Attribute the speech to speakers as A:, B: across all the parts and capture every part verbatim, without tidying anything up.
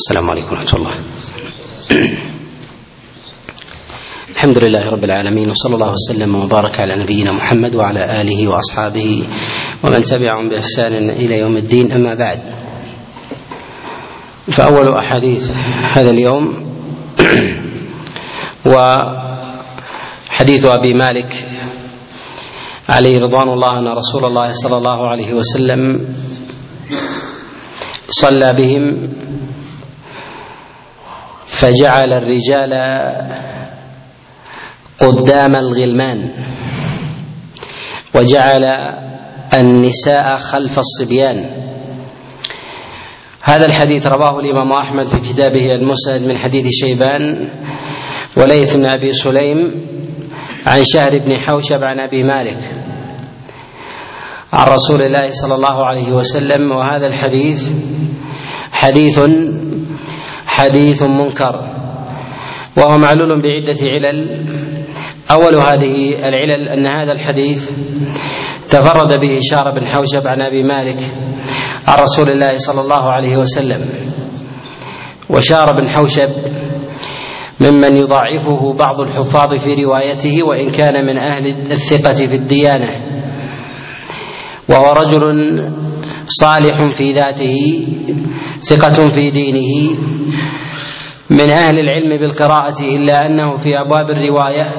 A: السلام عليكم ورحمة الله. الحمد لله رب العالمين، وصلى الله وسلم وبارك على نبينا محمد وعلى آله وأصحابه ومن تبعهم بإحسان إلى يوم الدين. أما بعد، فأول أحاديث هذا اليوم وحديث أبي مالك عليه رضوان الله أن رسول الله صلى الله عليه وسلم صلى بهم فجعل الرجال قدام الغلمان وجعل النساء خلف الصبيان. هذا الحديث رواه الإمام أحمد في كتابه المسند من حديث شيبان وليث بن أبي سليم عن شهر بن حوشب عن أبي مالك عن رسول الله صلى الله عليه وسلم. وهذا الحديث حديث حديث منكر، وهو معلول بعدة علل. أول هذه العلل أن هذا الحديث تفرد به شهر بن حوشب عن أبي مالك عن رسول الله صلى الله عليه وسلم، وشهر بن حوشب ممن يضاعفه بعض الحفاظ في روايته وإن كان من أهل الثقة في الديانة، وهو رجل صالح في ذاته ثقة في دينه من أهل العلم بالقراءة، إلا أنه في أبواب الرواية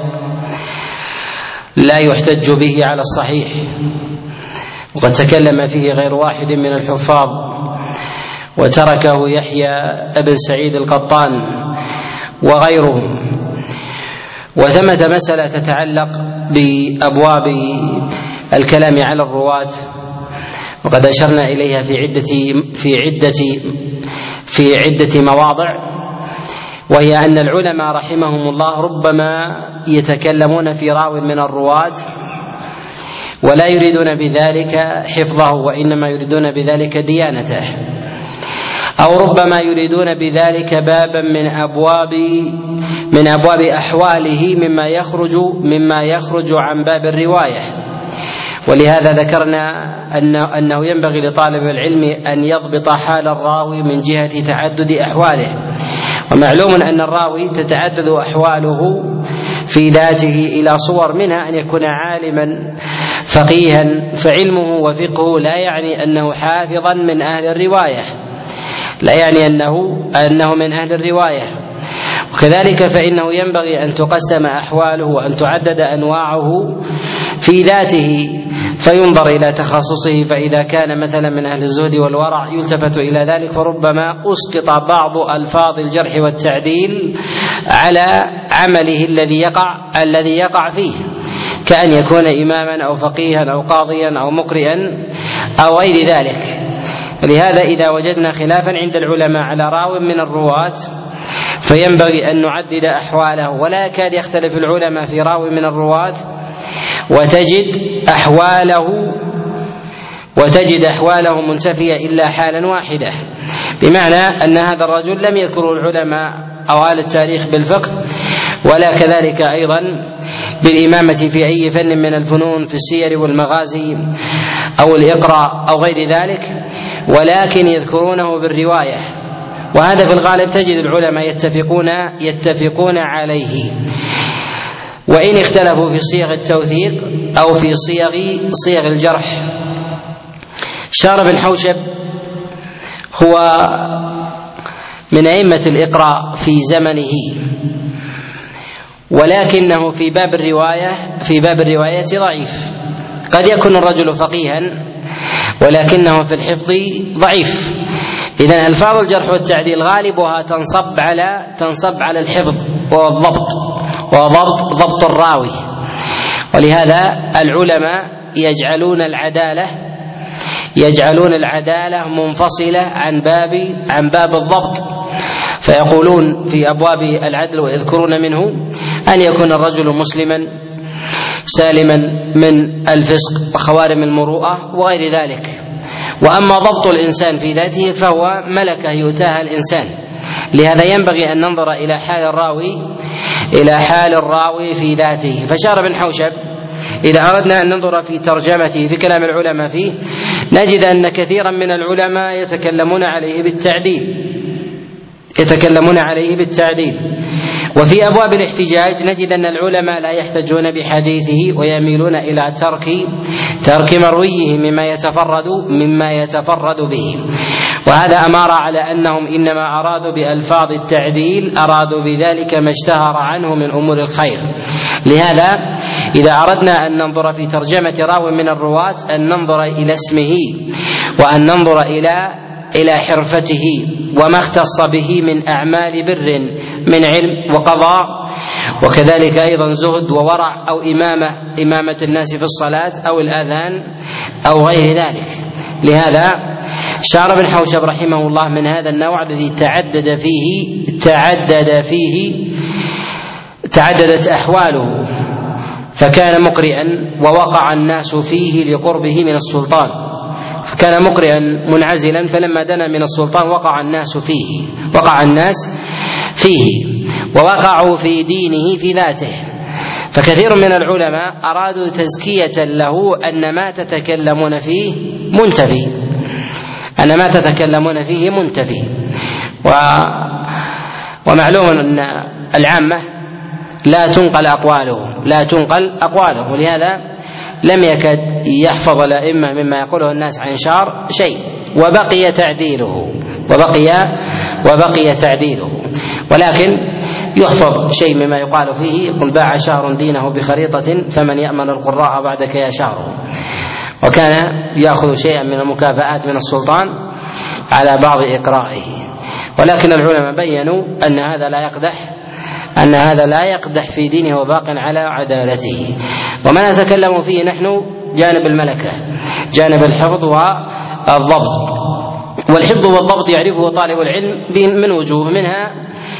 A: لا يحتج به على الصحيح، وقد تكلم فيه غير واحد من الحفاظ وتركه يحيى ابن سعيد القطان وغيره. وثمة مسألة تتعلق بأبواب الكلام على الرواة وقد أشرنا إليها في عدة في عدة في عدة مواضع، وهي أن العلماء رحمهم الله ربما يتكلمون في راو من الرواة ولا يريدون بذلك حفظه، وإنما يريدون بذلك ديانته، أو ربما يريدون بذلك بابا من أبواب من أبواب أحواله مما يخرج مما يخرج عن باب الرواية. ولهذا ذكرنا أنه ينبغي لطالب العلم أن يضبط حال الراوي من جهة تعدد أحواله، ومعلوم أن الراوي تتعدد أحواله في ذاته إلى صور، منها أن يكون عالما فقيها، فعلمه وفقهه لا يعني أنه حافظا من أهل الرواية، لا يعني أنه أنه من أهل الرواية. وكذلك فإنه ينبغي أن تقسم أحواله وأن تعدد أنواعه في ذاته، فينظر إلى تخصصه، فإذا كان مثلا من أهل الزهد والورع يلتفت إلى ذلك، فربما أسقط بعض ألفاظ الجرح والتعديل على عمله الذي يقع الذي يقع فيه، كأن يكون إماما أو فقيها أو قاضيا أو مقرئا أو غير ذلك. ولهذا إذا وجدنا خلافا عند العلماء على راو من الرواة فينبغي أن نعدد أحواله، ولا يكاد يختلف العلماء في راو من الرواة وتجد أحواله وتجد أحواله منتفية إلا حالا واحدة، بمعنى أن هذا الرجل لم يذكره العلماء أو أهل التاريخ بالفقه، ولا كذلك أيضا بالإمامة في أي فن من الفنون في السير والمغازي أو الإقراء أو غير ذلك، ولكن يذكرونه بالرواية. وهذا في الغالب تجد العلماء يتفقون يتفقون عليه، وإن اختلفوا في صيغ التوثيق أو في صيغ صيغ الجرح. شهر بن حوشب هو من أئمة الإقراء في زمنه، ولكنه في باب الرواية في باب الرواية ضعيف. قد يكون الرجل فقيها ولكنه في الحفظ ضعيف. إذن ألفاظ الجرح والتعديل غالبها تنصب على تنصب على الحفظ والضبط وضبط ضبط الراوي، ولهذا العلماء يجعلون العدالة يجعلون العدالة منفصلة عن باب عن باب الضبط، فيقولون في أبواب العدل ويذكرون منه أن يكون الرجل مسلما سالما من الفسق وخوارم المروءة وغير ذلك. وأما ضبط الإنسان في ذاته فهو ملكة يؤتاها الإنسان، لهذا ينبغي أن ننظر إلى حال الراوي إلى حال الراوي في ذاته. فشهر بن حوشب إذا أردنا أن ننظر في ترجمته في كلام العلماء فيه نجد أن كثيرا من العلماء يتكلمون عليه بالتعديل، يتكلمون عليه بالتعديل. وفي أبواب الاحتجاج نجد أن العلماء لا يحتجون بحديثه ويميلون إلى ترك ترك مرويه مما يتفرد مما يتفرد به، وهذا أمر على أنهم إنما أرادوا بألفاظ التعديل أرادوا بذلك ما اشتهر عنه من أمور الخير. لهذا إذا أردنا أن ننظر في ترجمة راو من الرواة أن ننظر إلى اسمه، وأن ننظر إلى إلى حرفته وما اختص به من أعمال بر من علم وقضاء، وكذلك أيضا زهد وورع أو إمامة إمامة الناس في الصلاة أو الأذان أو غير ذلك. لهذا شعر بن حوشب رحمه الله من هذا النوع الذي تعدد فيه تعدد فيه تعددت أحواله، فكان مقرئا ووقع الناس فيه لقربه من السلطان، فكان مقرئا منعزلا فلما دنا من السلطان وقع الناس فيه وقع الناس فيه ووقعوا في دينه في ذاته. فكثير من العلماء أرادوا تزكية له أن ما تتكلمون فيه منتفي أن ما تتكلمون فيه منتفي و... ومعلوم أن العامة لا تنقل أقواله لا تنقل أقواله ولهذا لم يكد يحفظ الأئمة مما يقوله الناس عن شعر شيء، وبقي تعديله وبقي وبقي تعديله ولكن يحفظ شيء مما يقال فيه. يقول باع شهر دينه بخريطة فمن يأمن القراء بعدك يا شهر، وكان يأخذ شيئا من المكافآت من السلطان على بعض إقرائه. ولكن العلماء بينوا أن هذا لا يقدح أن هذا لا يقدح في دينه وباق على عدالته. وما نتكلم فيه نحن جانب الملكة، جانب الحفظ والضبط، والحفظ والضبط يعرفه طالب العلم من وجوه، منها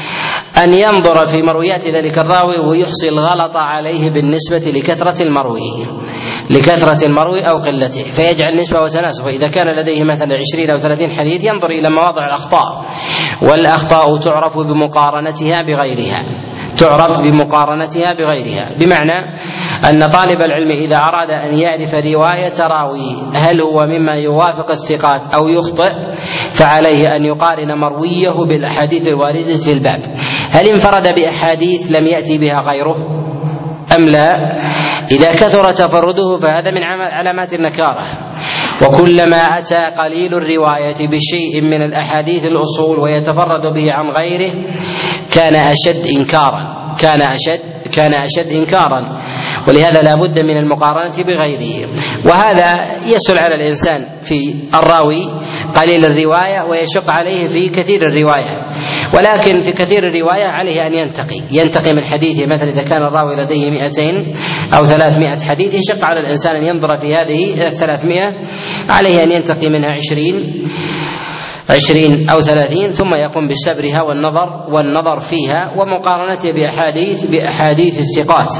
A: أن ينظر في مرويات ذلك الراوي ويحصي الغلط عليه بالنسبة لكثرة المروي لكثرة المروي أو قلته، فيجعل نسبة وتناسب. إذا كان لديه مثلا عشرين أو ثلاثين حديث ينظر إلى مواضع الأخطاء، والأخطاء تعرف بمقارنتها بغيرها تعرف بمقارنتها بغيرها بمعنى أن طالب العلم إذا أراد أن يعرف رواية راوي هل هو مما يوافق الثقات أو يخطئ، فعليه أن يقارن مرويه بالأحاديث الواردة في الباب، هل انفرد بأحاديث لم يأتي بها غيره أم لا. إذا كثر تفرده فهذا من علامات النكارة، وكلما أتى قليل الرواية بشيء من الأحاديث الأصول ويتفرد به عن غيره كان أشد إنكارا كان أشد كان أشد إنكارا ولهذا لا بد من المقارنة بغيره. وهذا يسهل على الإنسان في الراوي قليل الرواية ويشق عليه في كثير الرواية، ولكن في كثير الرواية عليه أن ينتقي ينتقي من حديثه. مثلا إذا كان الراوي لديه مئتين أو ثلاثمائة حديث يشق على الإنسان أن ينظر في هذه الثلاثمائة، عليه أن ينتقي منها عشرين عشرين أو ثلاثين ثم يقوم بسبرها والنظر والنظر فيها ومقارنتها بأحاديث بأحاديث الثقات.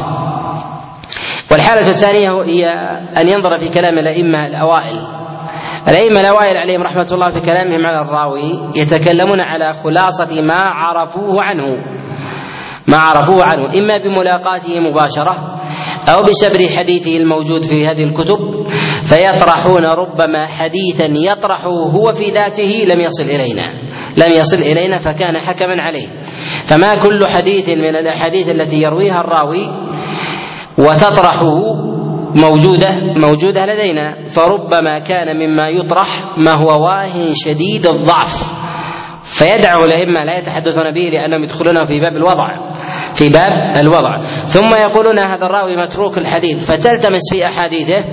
A: والحالة الثانية هي أن ينظر في كلام الأئمة الأوائل الأئمة الأوائل عليهم رحمة الله في كلامهم على الراوي يتكلمون على خلاصة ما عرفوه عنه ما عرفوه عنه إما بملاقاته مباشرة أو بسبر حديثه الموجود في هذه الكتب، فيطرحون ربما حديثا يطرحه هو في ذاته لم يصل إلينا لم يصل إلينا فكان حكما عليه. فما كل حديث من الأحاديث التي يرويها الراوي وتطرحه موجودة موجودة لدينا، فربما كان مما يطرح ما هو واهن شديد الضعف، فيدعو الأئمة لا يتحدثون به لأنهم يدخلونه في باب الوضع في باب الوضع ثم يقولون هذا الراوي متروك الحديث، فتلتمس في أحاديثه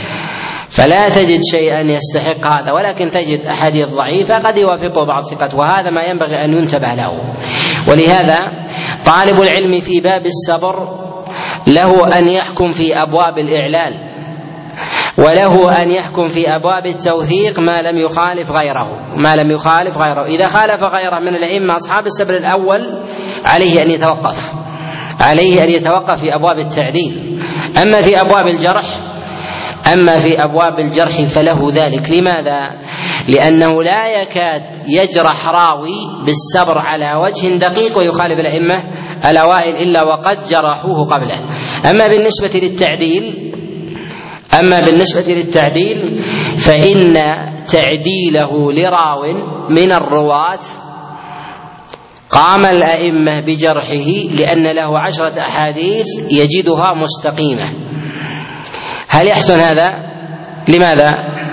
A: فلا تجد شيئا يستحق هذا، ولكن تجد أحاديث ضعيفة قد يوافقه بعض الثقات، وهذا ما ينبغي أن ينتبه له. ولهذا طالب العلم في باب الصبر له أن يحكم في أبواب الإعلال، وله أن يحكم في أبواب التوثيق ما لم يخالف غيره ما لم يخالف غيره إذا خالف غيره من الأئمة أصحاب السبر الأول عليه أن يتوقف عليه أن يتوقف في أبواب التعديل. أما في أبواب الجرح أما في أبواب الجرح فله ذلك. لماذا؟ لأنه لا يكاد يجرح راوي بالصبر على وجه دقيق ويخالف الأئمة الأوائل إلا وقد جرحوه قبله. أما بالنسبة للتعديل أما بالنسبة للتعديل فإن تعديله لراو من الرواة قام الأئمة بجرحه لأن له عشرة أحاديث يجدها مستقيمة. هل يحسن هذا؟ لماذا؟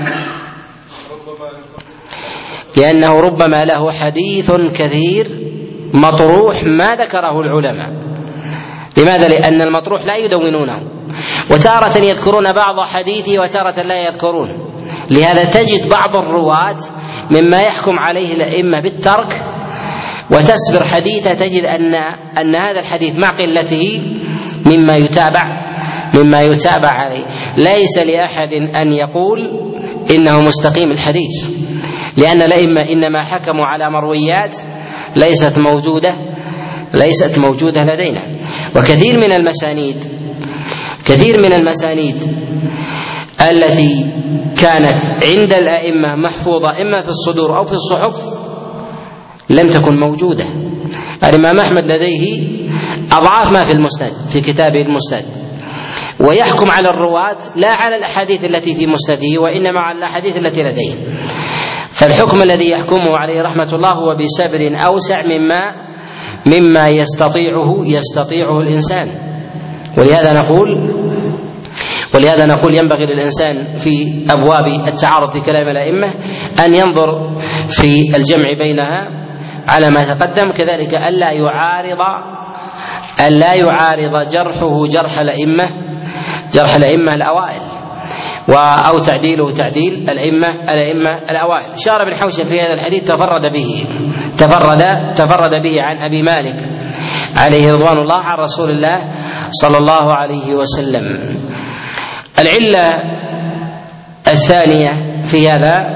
A: لأنه ربما له حديث كثير مطروح ما ذكره العلماء. لماذا؟ لأن المطروح لا يدونونه، وتارة يذكرون بعض حديثه وتارة لا يذكرون. لهذا تجد بعض الرواة مما يحكم عليه الأئمة بالترك، وتسبر حديثه تجد أن أن هذا الحديث مع قلته مما يتابع مما يتابع عليه. ليس لأحد أن يقول إنه مستقيم الحديث، لأن الأئمة إنما حكموا على مرويات ليست موجودة ليست موجودة لدينا. وكثير من المسانيد كثير من المسانيد التي كانت عند الأئمة محفوظة إما في الصدور أو في الصحف لم تكن موجودة. الإمام أحمد لديه أضعاف ما في المسند في كتابه المسند، ويحكم على الرواة لا على الأحاديث التي في مسنده وإنما على الأحاديث التي لديه. فالحكم الذي يحكمه عليه رحمة الله هو بسبر أوسع مما مما يستطيعه يستطيعه الإنسان. ولهذا نقول ولهذا نقول ينبغي للإنسان في أبواب التعارض في كلام الأئمة أن ينظر في الجمع بينها على ما تقدم، كذلك ألا يعارض ألا يعارض جرحه جرح الأئمة جرح الأئمة الأوائل أو تعديله تعديل الأئمة الأئمة الأوائل. شار بن حوشب في هذا الحديث تفرد به تفرد تفرد به عن أبي مالك عليه رضوان الله عن رسول الله صلى الله عليه وسلم. العلة الثانية في هذا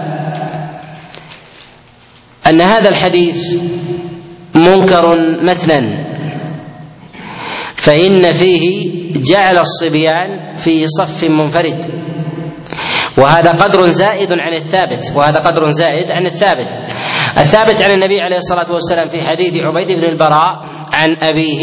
A: أن هذا الحديث منكر متنا، فإن فيه جعل الصبيان في صف منفرد، وهذا قدر زائد عن الثابت وهذا قدر زائد عن الثابت الثابت عن النبي عليه الصلاة والسلام في حديث عبيد بن البراء عن أبيه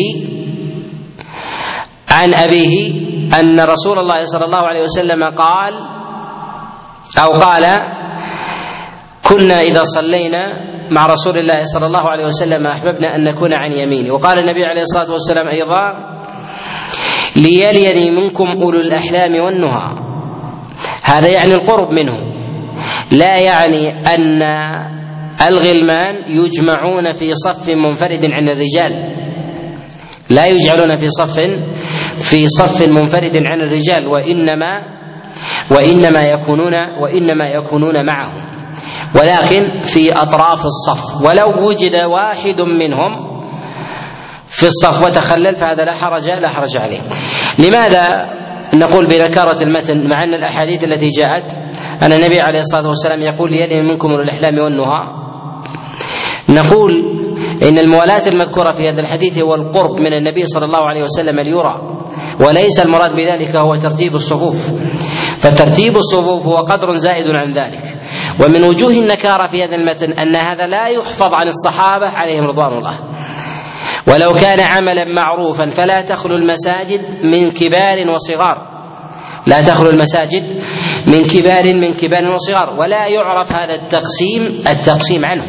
A: عن أبيه أن رسول الله صلى الله عليه وسلم قال أو قال كنا إذا صلينا مع رسول الله صلى الله عليه وسلم أحببنا أن نكون عن يمينه. وقال النبي عليه الصلاة والسلام أيضا ليليني منكم أولو الأحلام والنهى. هذا يعني القرب منه، لا يعني أن الغلمان يجمعون في صف منفرد عن الرجال، لا يجعلون في صف في صف منفرد عن الرجال، وإنما وإنما يكونون وإنما يكونون معهم، ولكن في أطراف الصف. ولو وجد واحد منهم في الصف وتخلل فهذا لا حرج لا حرج عليه. لماذا نقول بنكارة المتن مع أن الأحاديث التي جاءت أن النبي عليه الصلاة والسلام يقول يلي منكم الأحلام والنهى؟ نقول إن الموالاة المذكورة في هذا الحديث هو القرب من النبي صلى الله عليه وسلم ليرى، وليس المراد بذلك هو ترتيب الصفوف، فترتيب الصفوف هو قدر زائد عن ذلك. ومن وجوه النكارة في هذا المتن أن هذا لا يحفظ عن الصحابة عليهم رضوان الله، ولو كان عملا معروفا فلا تخلو المساجد من كبار وصغار لا تخلو المساجد من كبار من كبار وصغار ولا يعرف هذا التقسيم التقسيم عنه،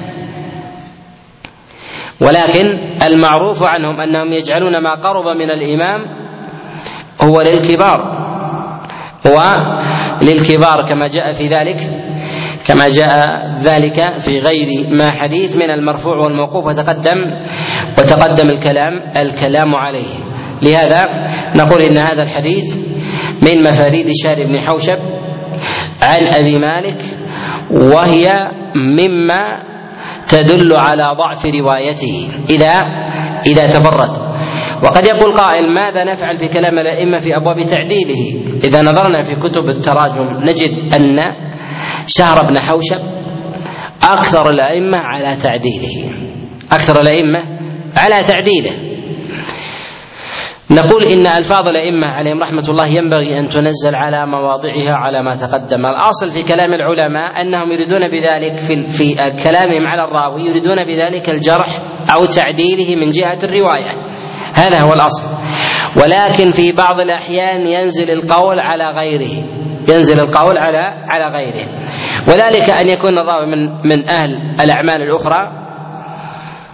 A: ولكن المعروف عنهم أنهم يجعلون ما قرب من الإمام هو للكبار هو للكبار كما جاء في ذلك كما جاء ذلك في غير ما حديث من المرفوع والموقوف، وتقدم وتقدم الكلام الكلام عليه. لهذا نقول إن هذا الحديث من مفاريد شار بن حوشب عن أبي مالك، وهي مما تدل على ضعف روايته إذا إذا تفرد. وقد يقول قائل ماذا نفعل في كلام الأئمة في أبواب تعديله؟ إذا نظرنا في كتب التراجم نجد أن شهر بن حوشب أكثر الأئمة على تعديله أكثر الأئمة على تعديله. نقول إن ألفاظ الأئمة عليهم رحمة الله ينبغي أن تنزل على مواضعها على ما تقدم. الأصل في كلام العلماء أنهم يريدون بذلك في, في كلامهم على الراوي يريدون بذلك الجرح أو تعديله من جهة الرواية، هذا هو الأصل. ولكن في بعض الأحيان ينزل القول على غيره ينزل القول على على غيره وذلك أن يكون الراوي من من أهل الأعمال الأخرى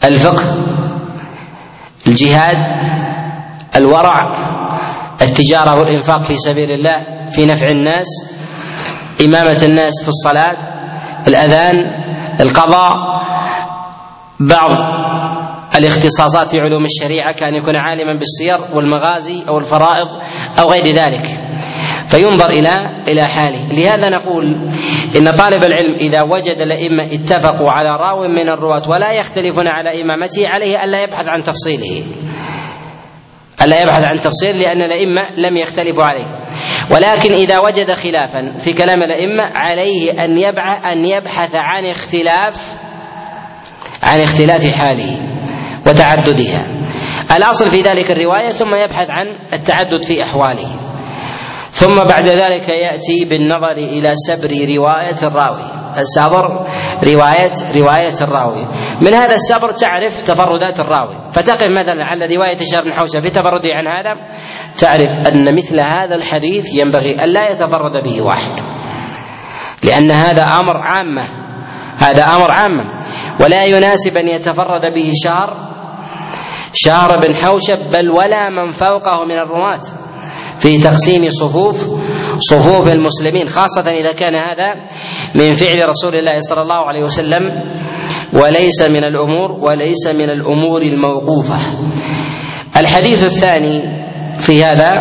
A: الفقه، الجهاد، الورع، التجارة والإنفاق في سبيل الله في نفع الناس، إمامة الناس في الصلاة، الأذان، القضاء، بعض الاختصاصات في علوم الشريعة كان يكون عالما بالسير والمغازي أو الفرائض أو غير ذلك، فينظر إلى إلى حاله. لهذا نقول إن طالب العلم إذا وجد الأئمة اتفقوا على راو من الرواة ولا يختلفون على إمامته عليه ألا يبحث عن تفصيله، ألا يبحث عن تفصيل، لأن الأئمة لم يختلفوا عليه. ولكن إذا وجد خلافا في كلام الأئمة عليه أن يبحث أن يبحث عن اختلاف عن اختلاف حاله وتعددها. الأصل في ذلك الرواية، ثم يبحث عن التعدد في أحواله، ثم بعد ذلك يأتي بالنظر إلى سبر رواية الراوي، السبر رواية رواية الراوي. من هذا السبر تعرف تفردات الراوي، فتقف مثلا على رواية هشام بن حوشب في تفرده عن هذا، تعرف أن مثل هذا الحديث ينبغي أن لا يتفرد به واحد، لأن هذا أمر عامة، هذا أمر عامة، ولا يناسب أن يتفرد به شهر شهر بن حوشب بل ولا من فوقه من الرواة في تقسيم صفوف صفوف المسلمين، خاصة إذا كان هذا من فعل رسول الله صلى الله عليه وسلم وليس من الأمور وليس من الأمور الموقوفة. الحديث الثاني في هذا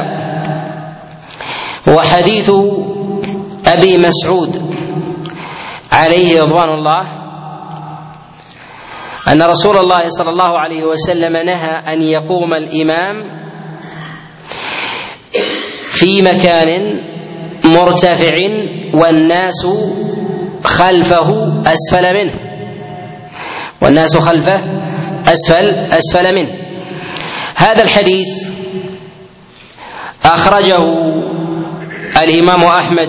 A: هو حديث أبي مسعود عليه رضوان الله أن رسول الله صلى الله عليه وسلم نهى أن يقوم الإمام في مكان مرتفع والناس خلفه أسفل منه والناس خلفه أسفل أسفل منه. هذا الحديث أخرجه الإمام أحمد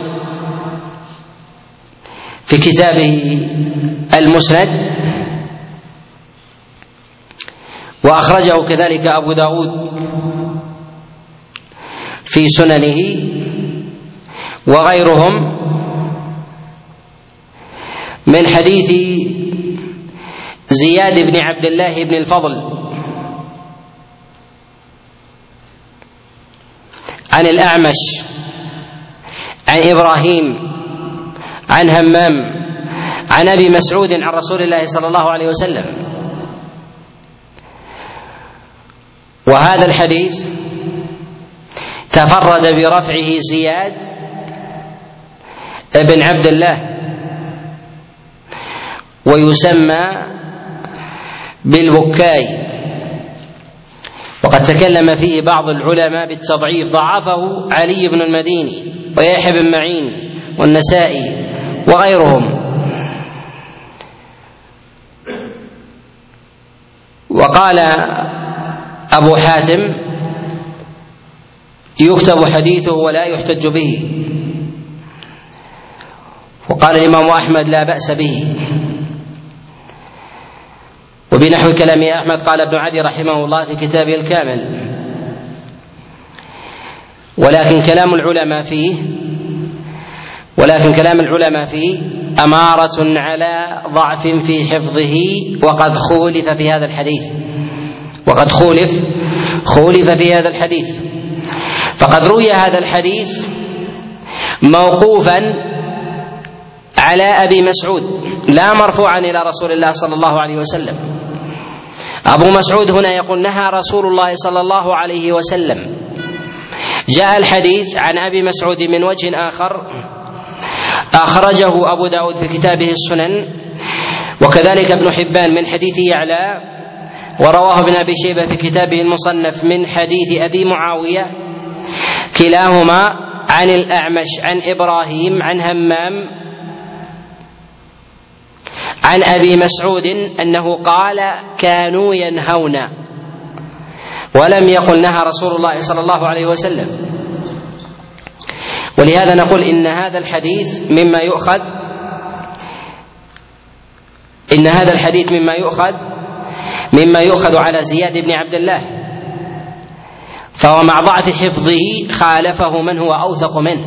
A: في كتابه المسند، وأخرجه كذلك أبو داود في سننه وغيرهم من حديث زياد بن عبد الله بن الفضل عن الأعمش عن إبراهيم عن همام عن أبي مسعود عن رسول الله صلى الله عليه وسلم. وهذا الحديث تفرد برفعه زياد بن عبد الله، ويسمى بالبكاي، وقد تكلم فيه بعض العلماء بالتضعيف، ضعفه علي بن المديني ويحيى بن معين والنسائي وغيرهم. وقال أبو حاتم يكتب حديثه ولا يحتج به، وقال الإمام أحمد لا بأس به. وبنحو كلام أحمد قال ابن عدي رحمه الله في كتابه الكامل. ولكن كلام العلماء فيه ولكن كلام العلماء فيه أمارة على ضعف في حفظه، وقد خولف في هذا الحديث وقد خولف خولف في هذا الحديث فقد روي هذا الحديث موقوفا على أبي مسعود لا مرفوعا إلى رسول الله صلى الله عليه وسلم. أبو مسعود هنا يقول نهى رسول الله صلى الله عليه وسلم. جاء الحديث عن أبي مسعود من وجه آخر أخرجه أبو داود في كتابه السنن، وكذلك ابن حبان من حديث يعلى، ورواه ابن أبي شيبة في كتابه المصنف من حديث أبي معاوية، كلاهما عن الأعمش عن إبراهيم عن همام عن أبي مسعود أنه قال كانوا ينهون، ولم يقل نهى رسول الله صلى الله عليه وسلم. ولهذا نقول إن هذا الحديث مما يؤخذ إن هذا الحديث مما يؤخذ مما يؤخذ على زياد بن عبد الله، فهو مع ضعف حفظه خالفه من هو أوثق منه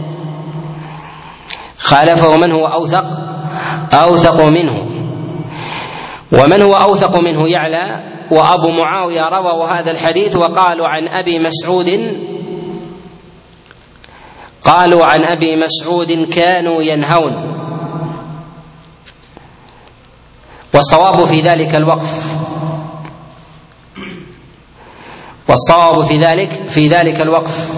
A: خالفه من هو أوثق أوثق منه ومن هو أوثق منه يعلى وأبو معاوية رووا هذا الحديث وقالوا عن أبي مسعود قالوا عن أبي مسعود كانوا ينهون، والصواب في ذلك الوقف، والصواب في ذلك في ذلك الوقف.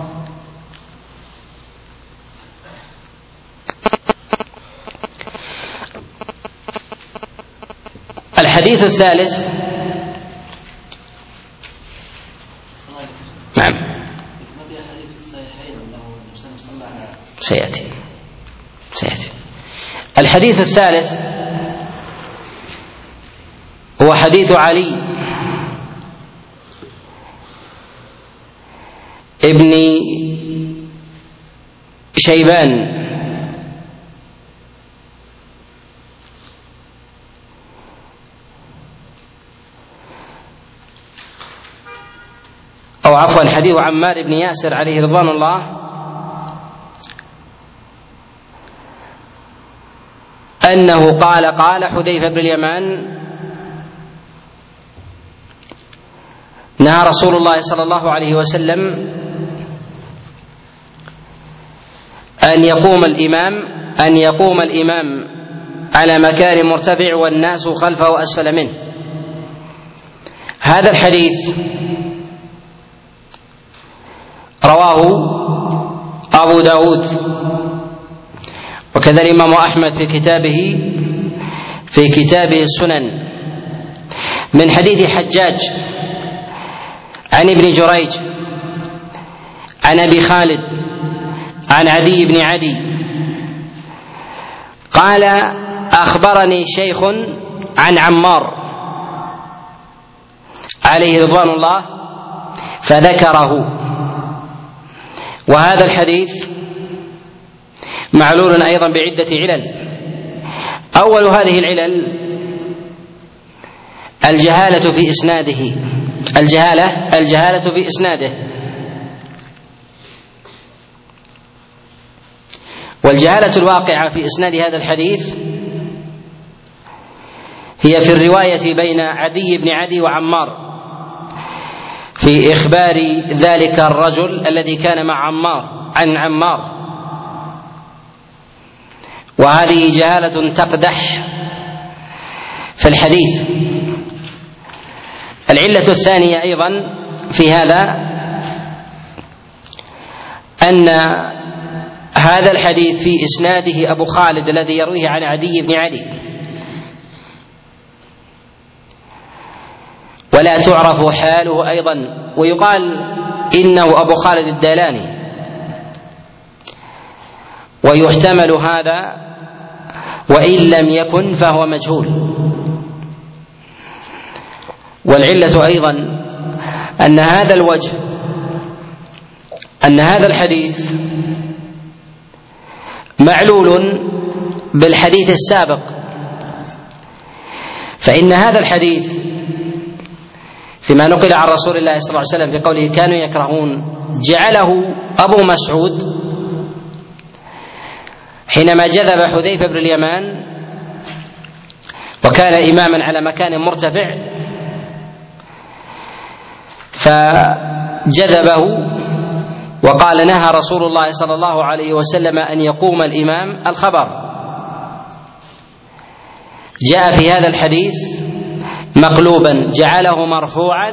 A: الحديث الثالث. نعم سيأتي سيأتي الحديث الثالث هو حديث علي ابن شيبان أو عفوا حديث عمار بن ياسر عليه رضوان الله أنه قال قال حذيفة بن اليمان نهى رسول الله صلى الله عليه وسلم أن يقوم الإمام أن يقوم الإمام على مكان مرتفع والناس خلفه أسفل منه. هذا الحديث رواه أبو داود وكذا الإمام أحمد في كتابه في كتابه السنن من حديث حجاج عن ابن جريج عن أبي خالد عن عدي بن عدي قال أخبرني شيخ عن عمار عليه رضوان الله فذكره. وهذا الحديث معلول أيضا بعدة علل. أول هذه العلل الجهالة في إسناده الجهالة الجهالة في إسناده والجهالة الواقعة في إسناد هذا الحديث هي في الرواية بين عدي بن عدي وعمار في إخبار ذلك الرجل الذي كان مع عمار عن عمار، وهذه جهالة تقدح في الحديث. العلة الثانية أيضا في هذا أن هذا الحديث في إسناده أبو خالد الذي يرويه عن عدي بن عدي، ولا تعرف حاله أيضا، ويقال إنه أبو خالد الدالاني، ويحتمل هذا وإن لم يكن فهو مجهول. والعلة أيضا أن هذا الوجه أن هذا الحديث معلول بالحديث السابق، فإن هذا الحديث فيما نقل عن رسول الله صلى الله عليه وسلم في قوله كانوا يكرهون جعله أبو مسعود حينما جذب حذيفة بن اليمان وكان إماما على مكان مرتفع فجذبه وقال نهى رسول الله صلى الله عليه وسلم أن يقوم الإمام. الخبر جاء في هذا الحديث مقلوبا جعله مرفوعا،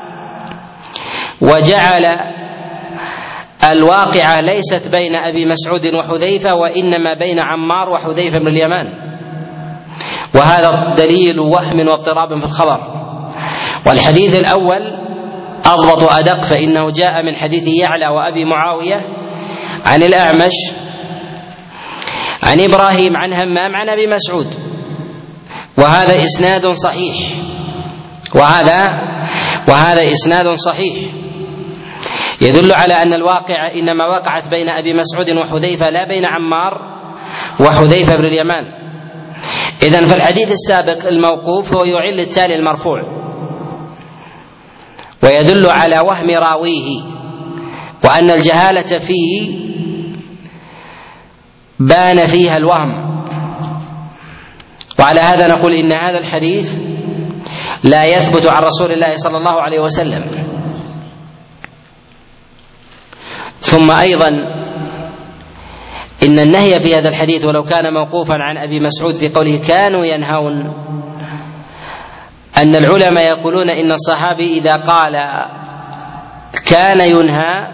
A: وجعل الواقعة ليست بين أبي مسعود وحذيفة وإنما بين عمار وحذيفة بن اليمان، وهذا دليل وهم واضطراب في الخبر. والحديث الأول أضبط أدق، فإنه جاء من حديث يعلى وأبي معاوية عن الأعمش عن إبراهيم عن همام عن أبي مسعود، وهذا إسناد صحيح وهذا وهذا إسناد صحيح يدل على أن الواقع إنما وقعت بين أبي مسعود وحذيفة لا بين عمار وحذيفة بن اليمان. إذن فالحديث السابق الموقوف هو يعل التالي المرفوع، ويدل على وهم راويه وأن الجهالة فيه بان فيها الوهم، وعلى هذا نقول إن هذا الحديث لا يثبت عن رسول الله صلى الله عليه وسلم. ثم أيضا إن النهي في هذا الحديث ولو كان موقوفا عن أبي مسعود في قوله كانوا ينهون، أن العلماء يقولون إن الصحابي إذا قال كان ينهى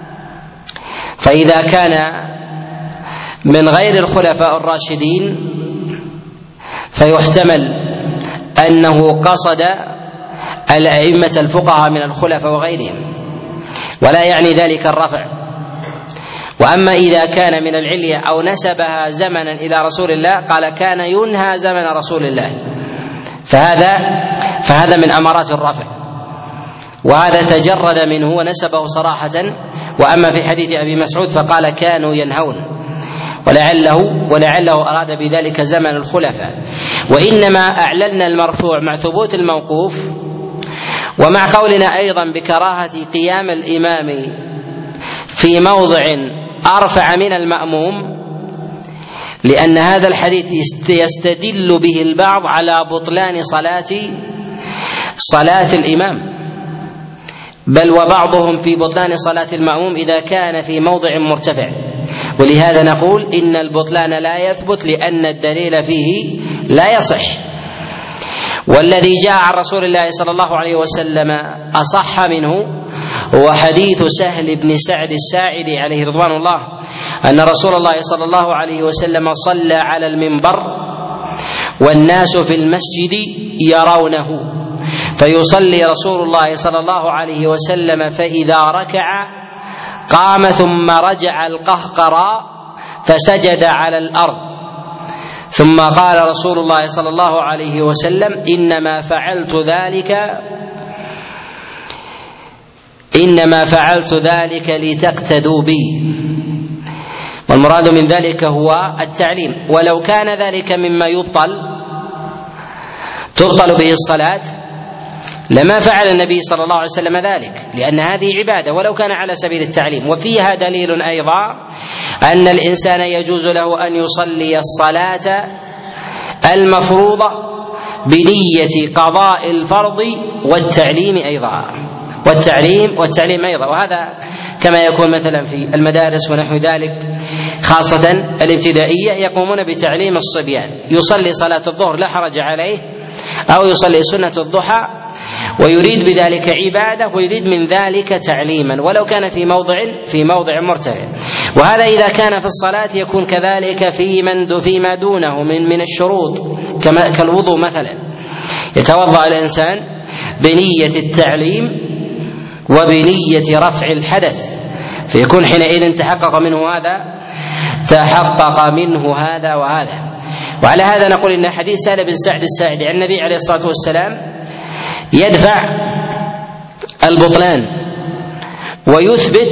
A: فإذا كان من غير الخلفاء الراشدين فيحتمل أنه قصد الأئمة الفقهاء من الخلفاء وغيرهم، ولا يعني ذلك الرفع. وأما إذا كان من العلية أو نسبها زمنا إلى رسول الله قال كان ينهى زمن رسول الله، فهذا فهذا من أمارات الرفع، وهذا تجرد منه ونسبه صراحة. وأما في حديث أبي مسعود فقال كانوا ينهون، ولعله ولعله أراد بذلك زمن الخلفاء. وإنما أعللنا المرفوع مع ثبوت الموقوف، ومع قولنا أيضا بكراهة قيام الإمام في موضع أرفع من المأموم، لأن هذا الحديث يستدل به البعض على بطلان صلاة صلاة الإمام، بل وبعضهم في بطلان صلاة المأموم إذا كان في موضع مرتفع. ولهذا نقول إن البطلان لا يثبت لأن الدليل فيه لا يصح. والذي جاء عن رسول الله صلى الله عليه وسلم أصح منه هو حديث سهل بن سعد الساعدي عليه رضوان الله أن رسول الله صلى الله عليه وسلم صلى على المنبر والناس في المسجد يرونه، فيصلي رسول الله صلى الله عليه وسلم فإذا ركع قام ثم رجع القهقرى فسجد على الأرض، ثم قال رسول الله صلى الله عليه وسلم إنما فعلت ذلك إنما فعلت ذلك لتقتدوا بي. والمراد من ذلك هو التعليم. ولو كان ذلك مما يبطل تبطل به الصلاة لما فعل النبي صلى الله عليه وسلم ذلك، لأن هذه عبادة ولو كان على سبيل التعليم. وفيها دليل أيضا أن الإنسان يجوز له أن يصلي الصلاة المفروضة بنية قضاء الفرض والتعليم أيضا والتعليم والتعليم أيضا وهذا كما يكون مثلا في المدارس ونحو ذلك، خاصة الابتدائية يقومون بتعليم الصبيان، يصلي صلاة الظهر لا حرج عليه، أو يصلي سنة الضحى ويريد بذلك عبادة ويريد من ذلك تعليما ولو كان في موضع في موضع مرتفع. وهذا إذا كان في الصلاة يكون كذلك في من فيما دونه من من الشروط كما كالوضوء مثلا، يتوضأ الإنسان بنية التعليم وبنية رفع الحدث، فيكون حينئذ تحقق منه هذا تحقق منه هذا وهذا. وعلى هذا نقول إن حديث سهل بن سعد الساعدي عن النبي عليه الصلاة والسلام يدفع البطلان ويثبت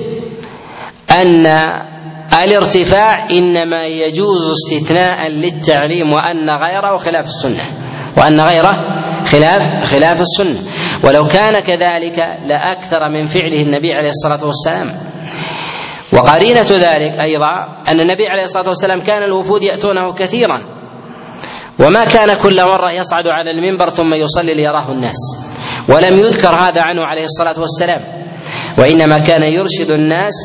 A: أن الارتفاع إنما يجوز استثناء للتعليم، وأن غيره خلاف السنة وأن غيره خلاف خلاف السنة. ولو كان كذلك لأكثر من فعله النبي عليه الصلاة والسلام. وقرينة ذلك أيضا أن النبي عليه الصلاة والسلام كان الوفود يأتونه كثيرا، وما كان كل مرة يصعد على المنبر ثم يصلي ليراه الناس، ولم يذكر هذا عنه عليه الصلاة والسلام، وإنما كان يرشد الناس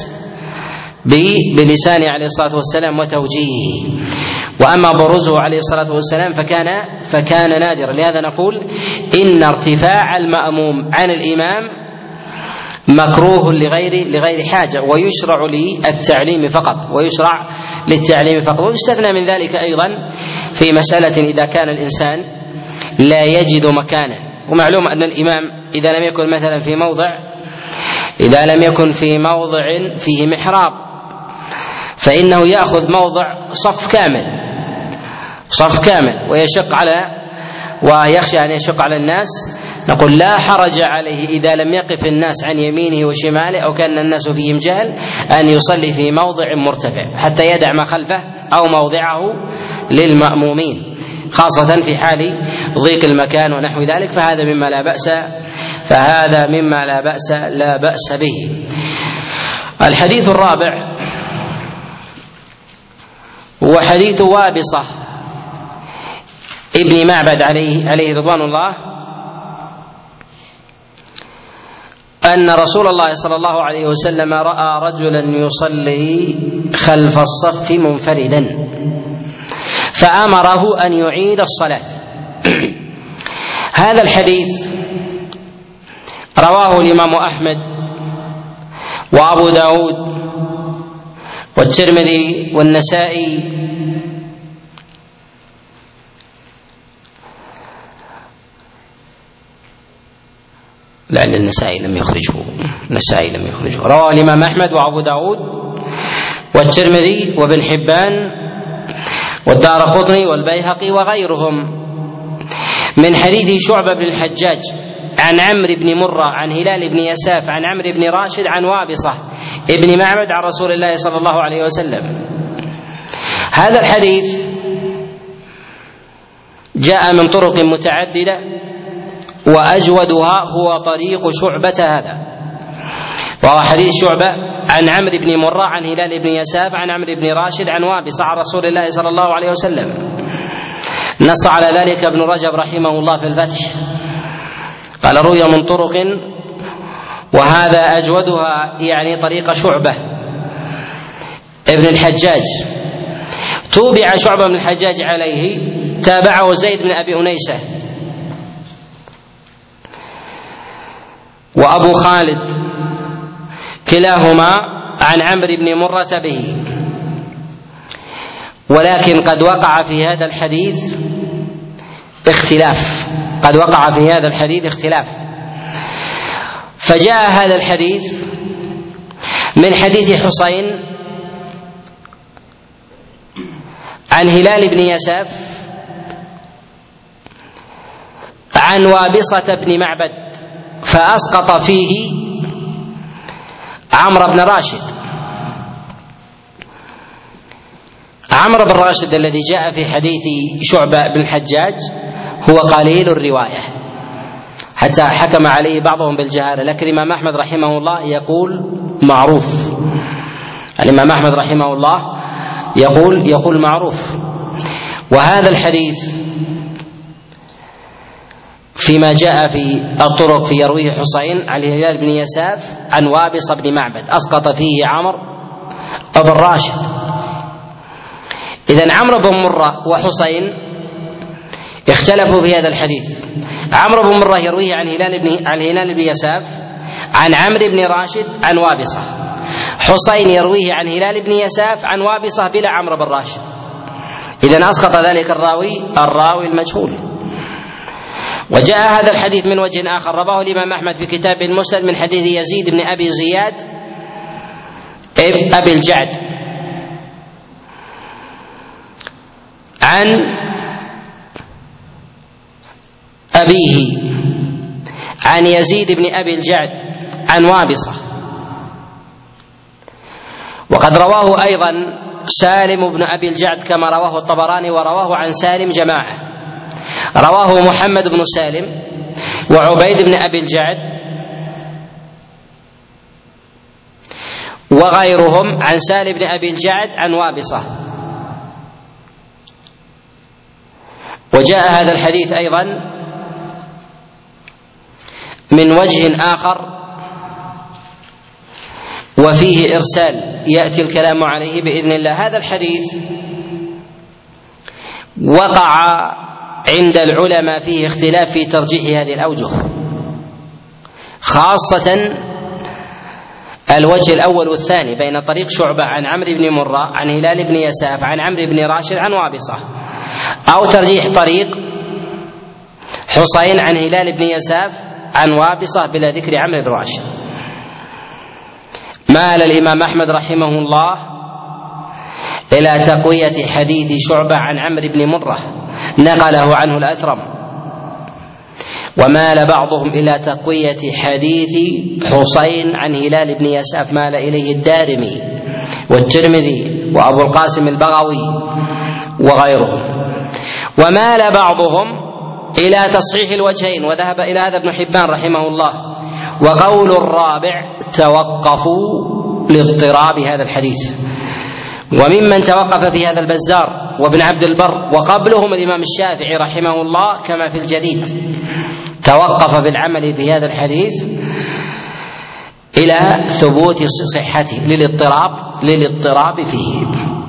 A: بلسانه عليه الصلاة والسلام وتوجيهه. وأما بروزه عليه الصلاة والسلام فكان فكان نادرا. لهذا نقول إن ارتفاع المأموم عن الإمام مكروه لغير لغير حاجة، ويشرع للتعليم فقط ويشرع للتعليم فقط. ويستثنى من ذلك أيضا في مسألة إذا كان الإنسان لا يجد مكانا. ومعلوم أن الإمام إذا لم يكن مثلا في موضع إذا لم يكن في موضع فيه محراب فإنه يأخذ موضع صف كامل صف كامل ويشق على ويخشى أن يشق على الناس. نقول لا حرج عليه إذا لم يقف الناس عن يمينه وشماله أو كان الناس فيهم جهل أن يصلي في موضع مرتفع حتى يدع ما خلفه أو موضعه للمأمومين، خاصة في حال ضيق المكان ونحو ذلك، فهذا مما لا بأس فهذا مما لا بأس لا بأس به. الحديث الرابع هو حديث وابصة ابن معبد عليه, عليه رضوان الله أن رسول الله صلى الله عليه وسلم رأى رجلا يصلي خلف الصف منفردا فأمره أن يعيد الصلاة. هذا الحديث رواه الإمام أحمد وأبو داود والترمذي والنسائي لعل النسائي لم يخرجه النسائي لم يخرجه رواه الإمام أحمد وأبو داود والترمذي وابن حبان والدارقطني والبيهقي وغيرهم من حديث شعبة بن الحجاج عن عمرو بن مرة عن هلال بن يساف عن عمرو بن راشد عن وابصة ابن معبد عن رسول الله صلى الله عليه وسلم. هذا الحديث جاء من طرق متعددة وأجودها هو طريق شعبة هذا، وهو حديث شعبة عن عمرو بن مرة عن هلال بن يساف عن عمرو بن راشد عن وابصة عن رسول الله صلى الله عليه وسلم. نص على ذلك ابن رجب رحمه الله في الفتح، قال روي من طرق وهذا أجودها يعني طريق شعبة ابن الحجاج. توبع شعبة بن الحجاج عليه، تابعه زيد بن أبي أنيسة وأبو خالد كلاهما عن عمرو بن مرة به، ولكن قد وقع في هذا الحديث اختلاف قد وقع في هذا الحديث اختلاف فجاء هذا الحديث من حديث حسين عن هلال بن يساف عن وابصة بن معبد فأسقط فيه عمرو بن راشد. عمرو بن راشد الذي جاء في حديث شعبة بن الحجاج هو قليل الرواية حتى حكم عليه بعضهم بالجهالة، لكن الإمام أحمد رحمه الله يقول معروف. الإمام أحمد رحمه الله يقول يقول معروف. وهذا الحديث فيما جاء في الطرق في يرويه حسين عن هلال بن يساف عن وابصة بن معبد أسقط فيه عمرو بن راشد. إذن عمرو بن مرة وحسين اختلفوا في هذا الحديث. عمرو بن مرة يرويه عن هلال بن عن هلال بن يساف عن عمرو بن راشد عن وابصة. حسين يرويه عن هلال بن يساف عن وابصة بلا عمرو بن راشد. إذن أسقط ذلك الراوي الراوي المجهول. وجاء هذا الحديث من وجه آخر رواه الإمام أحمد في كتاب المسند من حديث يزيد بن أبي زياد أبي الجعد عن أبيه عن يزيد بن أبي الجعد عن وابصة. وقد رواه أيضا سالم بن أبي الجعد كما رواه الطبراني، ورواه عن سالم جماعة، رواه محمد بن سالم وعبيد بن أبي الجعد وغيرهم عن سالم بن أبي الجعد عن وابصة. وجاء هذا الحديث أيضا من وجه آخر وفيه إرسال يأتي الكلام عليه بإذن الله. هذا الحديث وقع عند العلماء فيه اختلاف في ترجيح هذه الأوجه، خاصة الوجه الأول والثاني بين طريق شعبة عن عمرو بن مرة عن هلال بن يساف عن عمرو بن راشد عن وابصة، أو ترجيح طريق حسين عن هلال بن يساف عن وابصة بلا ذكر عمرو بن راشد. مال الإمام أحمد رحمه الله إلى تقوية حديث شعبة عن عمرو بن مرة نقله عنه الأثرم، ومال بعضهم إلى تقوية حديث حسين عن هلال بن يساف، مال إليه الدارمي والترمذي وأبو القاسم البغوي وغيرهم. ومال بعضهم إلى تصحيح الوجهين، وذهب إلى هذا ابن حبان رحمه الله. وقول الرابع توقفوا لاضطراب هذا الحديث، وممن توقف في هذا البزار وابن عبد البر، وقبلهم الإمام الشافعي رحمه الله كما في الجديد، توقف بالعمل في هذا الحديث إلى ثبوت صحته للاضطراب للاضطراب فيه.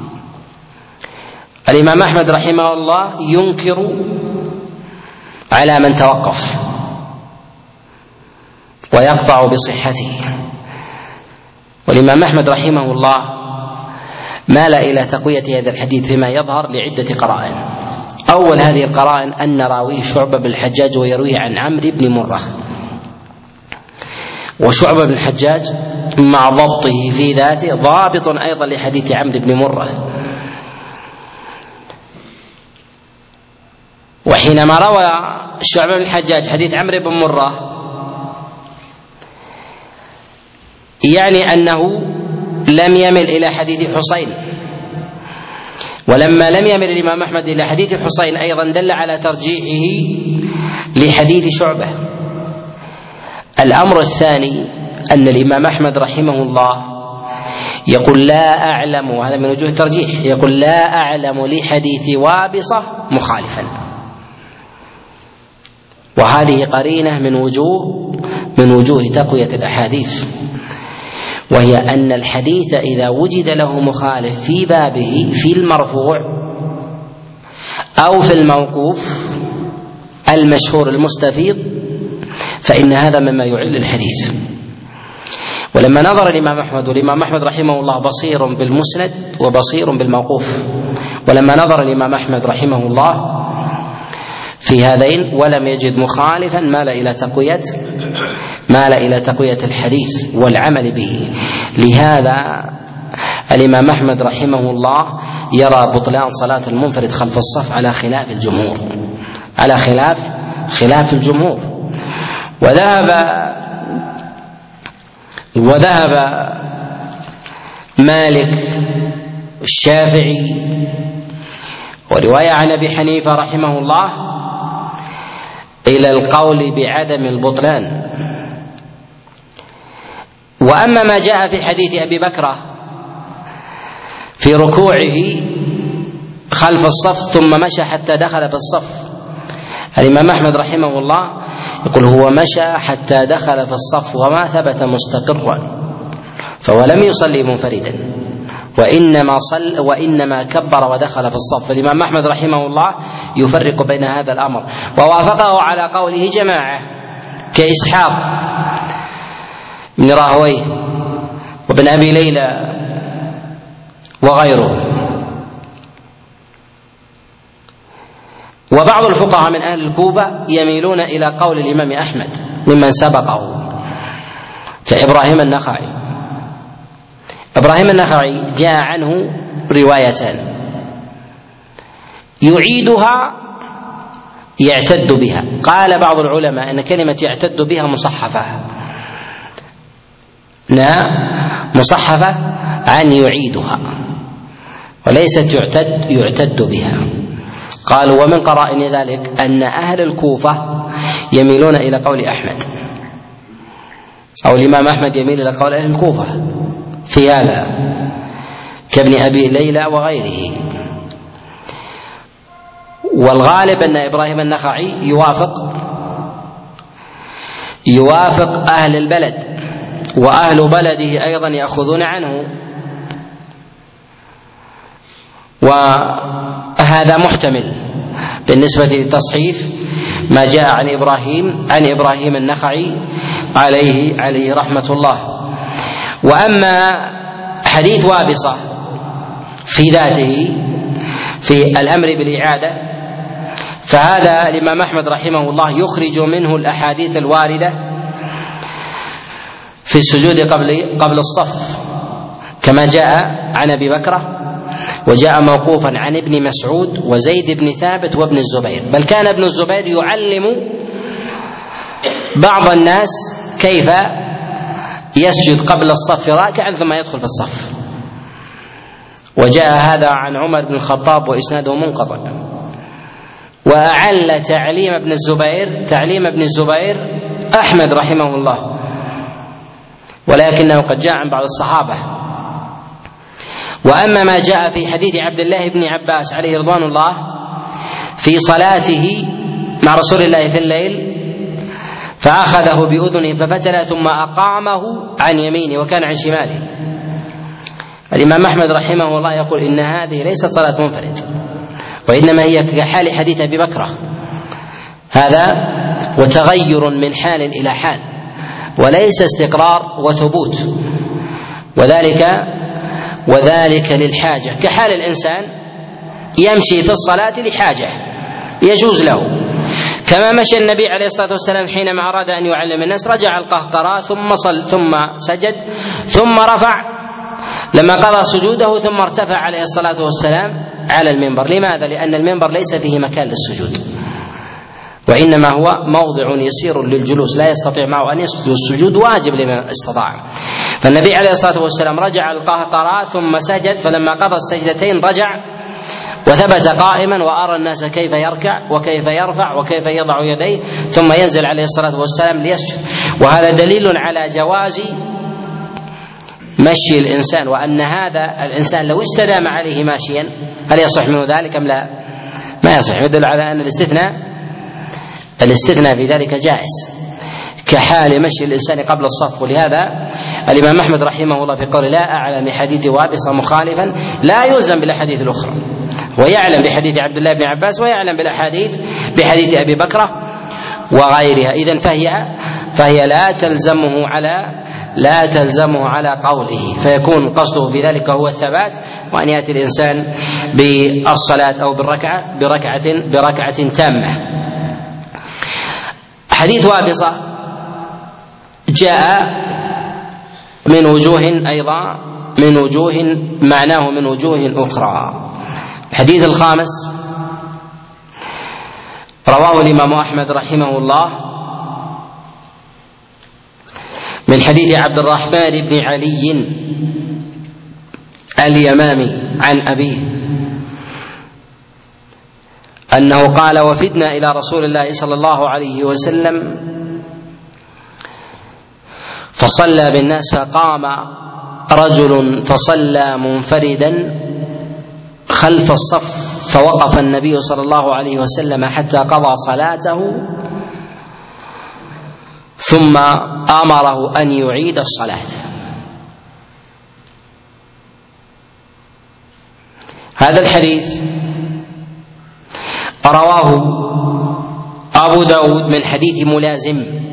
A: الإمام أحمد رحمه الله ينكر على من توقف ويقطع بصحته، والإمام أحمد رحمه الله مال إلى تقوية هذا الحديث فيما يظهر لعدة قرائن. أول هذه القرائن أن راويه شعبة بن الحجاج ويرويه عن عمرو بن مرة، وشعبة بن الحجاج مع ضبطه في ذاته ضابط أيضا لحديث عمرو بن مرة، وحينما روى شعبة بن الحجاج حديث عمرو بن مرة يعني أنه لم يمل إلى حديث حسين، ولما لم يمل الإمام أحمد إلى حديث حسين أيضا دل على ترجيحه لحديث شعبة. الأمر الثاني أن الإمام أحمد رحمه الله يقول لا أعلم، وهذا من وجوه الترجيح، يقول لا أعلم لحديث وابصة مخالفا، وهذه قرينة من وجوه من وجوه تقوية الأحاديث، وهي أن الحديث إذا وجد له مخالف في بابه في المرفوع أو في الموقوف المشهور المستفيض فإن هذا مما يعل الحديث. ولما نظر الإمام أحمد، والإمام أحمد رحمه الله بصير بالمسند وبصير بالموقوف، ولما نظر الإمام أحمد رحمه الله في هذين ولم يجد مخالفا مال إلى تقوية مال إلى تقوية الحديث والعمل به. لهذا الإمام أحمد رحمه الله يرى بطلان صلاة المنفرد خلف الصف على خلاف الجمهور على خلاف خلاف الجمهور وذهب وذهب مالك الشافعي ورواية عن أبي حنيفة رحمه الله إلى القول بعدم البطلان. وأما ما جاء في حديث أبي بكرة في ركوعه خلف الصف ثم مشى حتى دخل في الصف، الإمام أحمد رحمه الله يقول هو مشى حتى دخل في الصف وما ثبت مستقرا، فهو لم يصلي منفردا وإنما صل وإنما كبر ودخل في الصف. الإمام أحمد رحمه الله يفرق بين هذا الأمر، ووافقه على قوله جماعة كإسحاق بن راهويه وابن أبي ليلى وغيره. وبعض الفقهاء من أهل الكوفة يميلون إلى قول الإمام أحمد ممن سبقه كإبراهيم النخعي. إبراهيم النخعي جاء عنه روايتان يعيدها يعتد بها. قال بعض العلماء أن كلمة يعتد بها مصحفة، لا مصحفة عن يعيدها وليست يعتد يعتد بها. قالوا ومن قرائن ذلك أن أهل الكوفة يميلون إلى قول أحمد، أو الإمام أحمد يميل إلى قول أهل الكوفة في هذا كابن أبي ليلى وغيره. والغالب أن إبراهيم النخعي يوافق يوافق أهل البلد، وأهل بلده أيضا يأخذون عنه، وهذا محتمل بالنسبة للتصحيف ما جاء عن إبراهيم عن إبراهيم النخعي عليه عليه رحمة الله. وأما حديث وابصة في ذاته في الأمر بالإعادة فهذا الإمام أحمد رحمه الله يخرج منه الأحاديث الواردة في السجود قبل قبل الصف كما جاء عن أبي بكرة، وجاء موقوفا عن ابن مسعود وزيد بن ثابت وابن الزبير، بل كان ابن الزبير يعلم بعض الناس كيف يسجد قبل الصف راكعا ثم يدخل في الصف. وجاء هذا عن عمر بن الخطاب وإسناده منقطع. وأعل تعليم ابن الزبير تعليم ابن الزبير أحمد رحمه الله، ولكنه قد جاء عن بعض الصحابة. وأما ما جاء في حديث عبد الله بن عباس عليه رضوان الله في صلاته مع رسول الله في الليل فأخذه بأذنه ففتل ثم أقامه عن يمينه وكان عن شماله، الإمام أحمد رحمه الله يقول إن هذه ليست صلاة منفرد، وإنما هي كحال حديث أبي بكرة، هذا وتغير من حال إلى حال وليس استقرار وثبوت، وذلك وذلك للحاجة، كحال الإنسان يمشي في الصلاة لحاجة يجوز له، كما مشى النبي عليه الصلاة والسلام حينما أراد أن يعلم الناس، رجع القهقرى ثم صل ثم سجد ثم رفع لما قضى سجوده ثم ارتفع عليه الصلاة والسلام على المنبر. لماذا؟ لأن المنبر ليس فيه مكان للسجود، وإنما هو موضع يسير للجلوس لا يستطيع معه أن يسجد، السجود واجب لمن استطاع. فالنبي عليه الصلاة والسلام رجع القهقرى ثم سجد، فلما قضى السجدتين رجع وثبت قائما وأرى الناس كيف يركع وكيف يرفع وكيف يضع يديه ثم ينزل عليه الصلاة والسلام ليسجد. وهذا دليل على جواز مشي الإنسان، وأن هذا الإنسان لو استدام عليه ماشيا هل يصح منه ذلك أم لا؟ ما يصح، يدل على أن الاستثناء الاستثناء في ذلك جائز كحال مشي الإنسان قبل الصف. ولهذا الإمام أحمد رحمه الله في قول لا أعلم لحديث وابصة مخالفا لا يلزم بالأحاديث الأخرى، ويعلم بحديث عبد الله بن عباس ويعلم بالأحاديث بحديث أبي بكرة وغيرها، إذن فهي فهي لا تلزمه على لا تلزمه على قوله، فيكون قصده بذلك هو الثبات، وأن يأتي الإنسان بالصلاة أو بالركعة بركعة بركعة تامة. حديث وابصة جاء من وجوه أيضا من وجوه معناه من وجوه أخرى. الحديث الخامس رواه الإمام أحمد رحمه الله من حديث عبد الرحمن بن علي اليمامي عن أبيه أنه قال وفدنا إلى رسول الله صلى الله عليه وسلم فصلى بالناس فقام رجل فصلى منفردا خلف الصف فوقف النبي صلى الله عليه وسلم حتى قضى صلاته ثم أمره أن يعيد الصلاة. هذا الحديث رواه أبو داود من حديث ملازم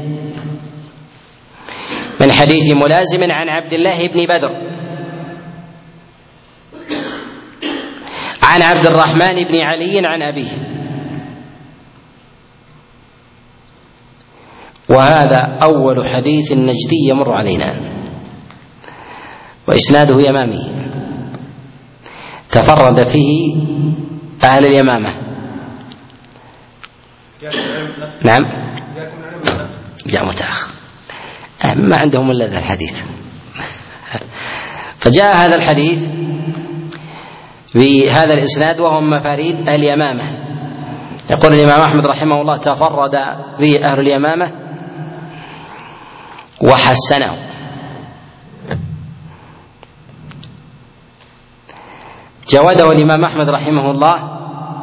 A: من حديث ملازم عن عبد الله بن بدر عن عبد الرحمن بن علي عن أبيه، وهذا أول حديث نجدي يمر علينا، وإسناده يمامي تفرد فيه أهل اليمامة. نعم جاء متأخر، ما عندهم إلا هذا الحديث. فجاء هذا الحديث بهذا الإسناد وهم مفاريد اليمامة. يقول الإمام أحمد رحمه الله تفرد به أهل اليمامة وحسنه. جوده الإمام أحمد رحمه الله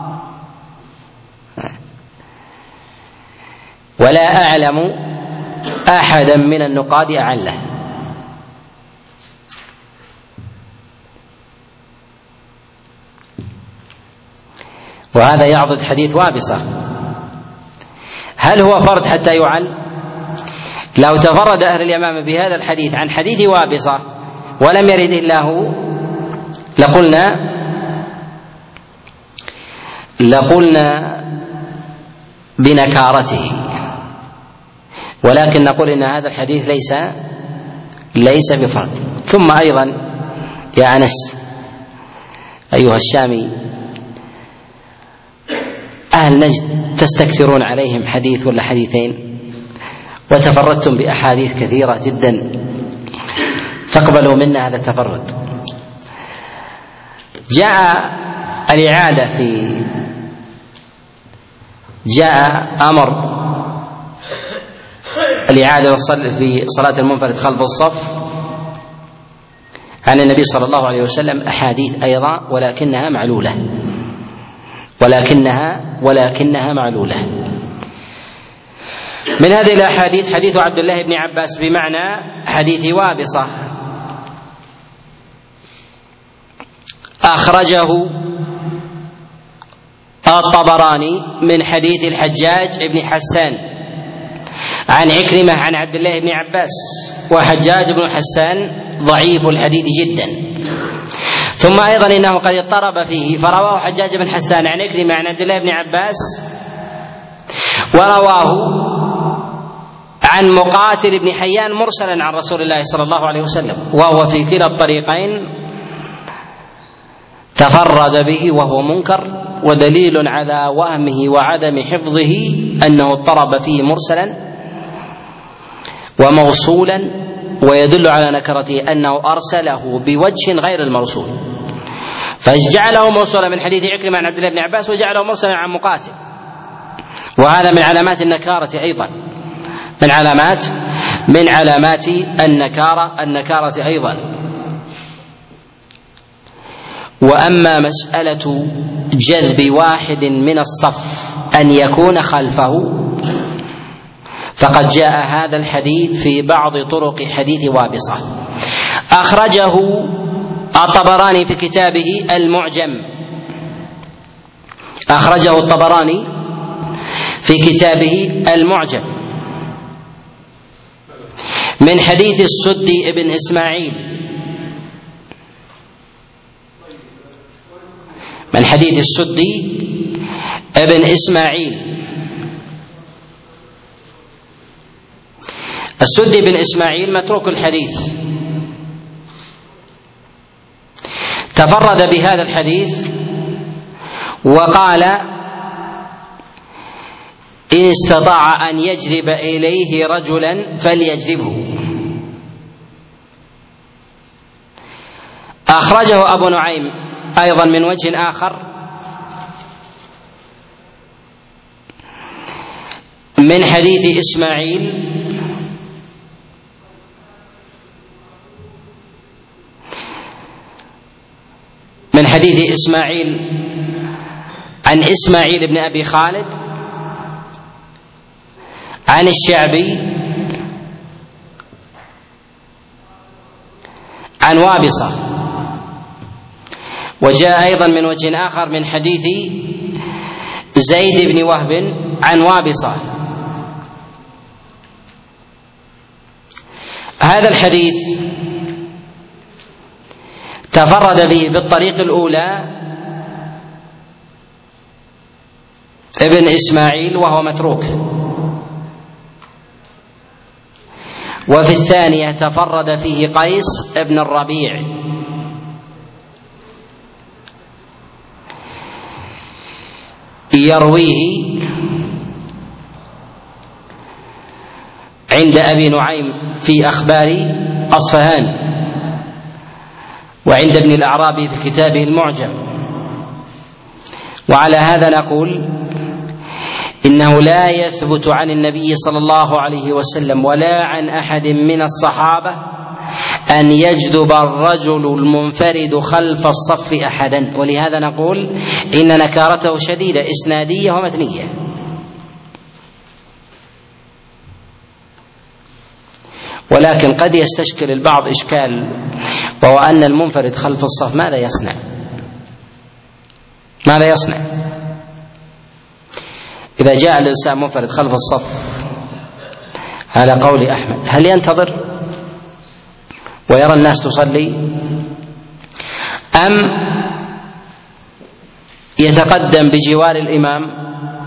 A: ولا أعلم أحدا من النقاد أعله. وهذا يعضد حديث وابصة. هل هو فرد حتى يعل؟ لو تفرد أهل اليمامة بهذا الحديث عن حديث وابصة ولم يرد إلا هو لقلنا لقلنا بنكارته، ولكن نقول إن هذا الحديث ليس ليس بفرد. ثم أيضا يا أنس أيها الشامي أهل نجد تستكثرون عليهم حديث ولا حديثين وتفردتم بأحاديث كثيرة جدا، فاقبلوا منا هذا التفرد. جاء الإعادة في جاء أمر الإعادة في صلاة المنفرد خلف الصف عن النبي صلى الله عليه وسلم أحاديث أيضا ولكنها معلولة ولكنها ولكنها معلولة. من هذه الأحاديث حديث عبد الله بن عباس بمعنى حديث وابصة، أخرجه الطبراني من حديث الحجاج بن حسان عن عكرمة عن عبد الله بن عباس، وحجاج بن حسان ضعيف الحديث جدا. ثم أيضا إنه قد اضطرب فيه، فرواه حجاج بن حسان عن عكرمة عن عبد الله بن عباس، ورواه عن مقاتل بن حيان مرسلا عن رسول الله صلى الله عليه وسلم، وهو في كلا الطريقين تفرد به وهو منكر، ودليل على وهمه وعدم حفظه أنه اضطرب فيه مرسلا وموصولا، ويدل على نكرته أنه أرسله بوجه غير المرسول، فجعله موصولا من حديث عكرمة عن عبد الله بن عباس وجعله مرسلا عن مقاتل، وهذا من علامات النكارة أيضا، من علامات من علامات النكارة النكارة أيضا. وأما مسألة جذب واحد من الصف أن يكون خلفه، فقد جاء هذا الحديث في بعض طرق حديث وابصة، أخرجه الطبراني في كتابه المعجم أخرجه الطبراني في كتابه المعجم من حديث السدي بن إسماعيل من حديث السدي بن إسماعيل السدي بن إسماعيل متروك الحديث، تفرد بهذا الحديث وقال إن استطاع أن يجذب إليه رجلا فليجذبه. أخرجه أبو نعيم أيضا من وجه آخر من حديث إسماعيل من حديث إسماعيل عن إسماعيل بن أبي خالد عن الشعبي عن وابصة. وجاء أيضا من وجه آخر من حديث زيد بن وهب عن وابصة. هذا الحديث تفرد به بالطريق الأولى ابن إسماعيل وهو متروك، وفي الثانية تفرد فيه قيس ابن الربيع يرويه عند أبي نعيم في أخبار أصفهان، وعند ابن الأعرابي في كتابه المعجم. وعلى هذا نقول إنه لا يثبت عن النبي صلى الله عليه وسلم ولا عن أحد من الصحابة أن يجذب الرجل المنفرد خلف الصف أحدا، ولهذا نقول إن نكارته شديدة إسنادية ومتنية. ولكن قد يستشكل البعض إشكال، وهو أن المنفرد خلف الصف ماذا يصنع ماذا يصنع إذا جاء الإنسان منفرد خلف الصف على قول أحمد؟ هل ينتظر ويرى الناس تصلي، أم يتقدم بجوار الإمام؟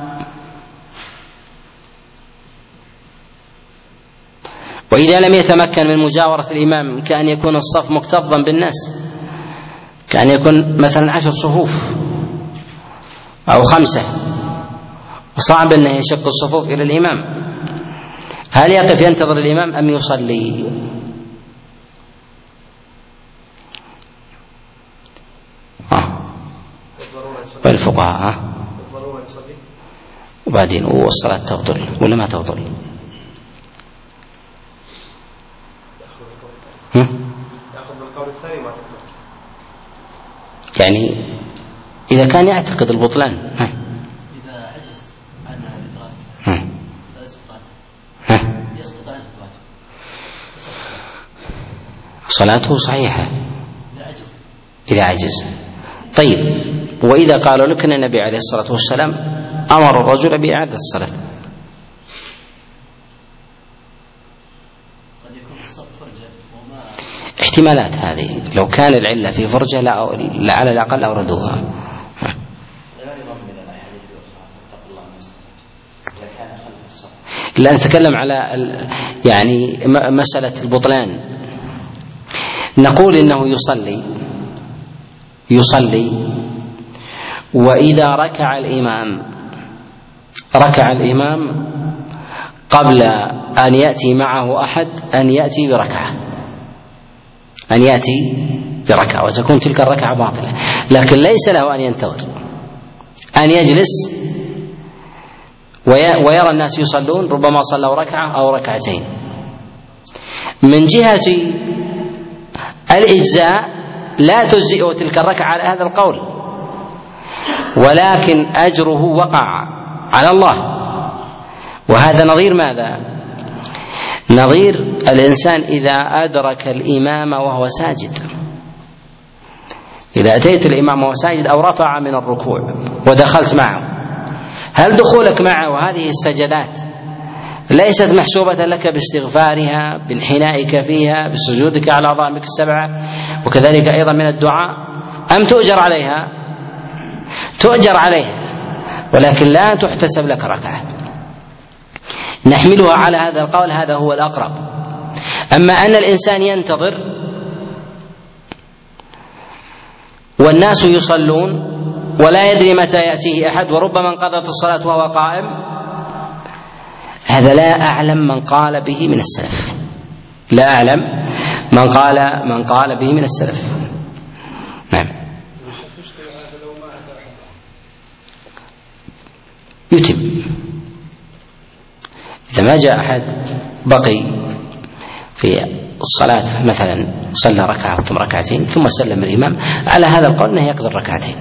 A: وإذا لم يتمكن من مجاورة الإمام كأن يكون الصف مكتظا بالناس، كأن يكون مثلا عشر صفوف أو خمسة، وصعب أنه يشق الصفوف إلى الإمام، هل يقف ينتظر الإمام أم يصلي؟ آه. والفقهاء آه. وبعدين والصلاة تفضل ولا ما تفضل؟
B: يأخذ بالقول الثاني ما
A: يعني إذا كان يعتقد البطلان
B: إذا عجز عن الإدراك فيسقط يسقط عن الواجب
A: صلاته صحيحة
B: إذا عجز
A: إذا عجز. طيب، وإذا قالوا لك أن النبي عليه الصلاة والسلام أمر الرجل بإعادة الصلاة،
B: قد يكون الصف فرجة وما
A: احتمالات هذه، لو كان العلة في فرجة لا على الأقل أوردوها. لا نتكلم على يعني مسألة البطلان، نقول إنه يصلي يصلي وإذا ركع الإمام ركع الإمام قبل أن يأتي معه أحد أن يأتي بركعة أن يأتي بركعة وتكون تلك الركعة باطلة، لكن ليس له أن ينتظر، أن يجلس ويرى الناس يصلون، ربما صلوا ركعة أو ركعتين. من جهة الإجزاء لا تجزئه تلك الركعة على هذا القول، ولكن أجره وقع على الله. وهذا نظير ماذا؟ نظير الإنسان إذا أدرك الإمام وهو ساجد، إذا أتيت الإمام وهو ساجد أو رفع من الركوع ودخلت معه، هل دخولك معه وهذه السجدات ليست محسوبة لك باستغفارها، بانحنائك فيها، بسجودك على أعضائك السبعة، وكذلك أيضا من الدعاء، أم تؤجر عليها؟ تؤجر عليها، ولكن لا تحتسب لك ركعة. نحملها على هذا القول، هذا هو الأقرب. أما أن الإنسان ينتظر والناس يصلون ولا يدري متى يأتيه أحد وربما انقضت الصلاة وهو قائم، هذا لا أعلم من قال به من السلف، لا أعلم من قال من قال به من السلف. نعم. يتم إذا ما جاء أحد بقي في الصلاة مثلا صلى ركعة ثم ركعتين ثم سلم الإمام، على هذا القول أنه يقضي الركعتين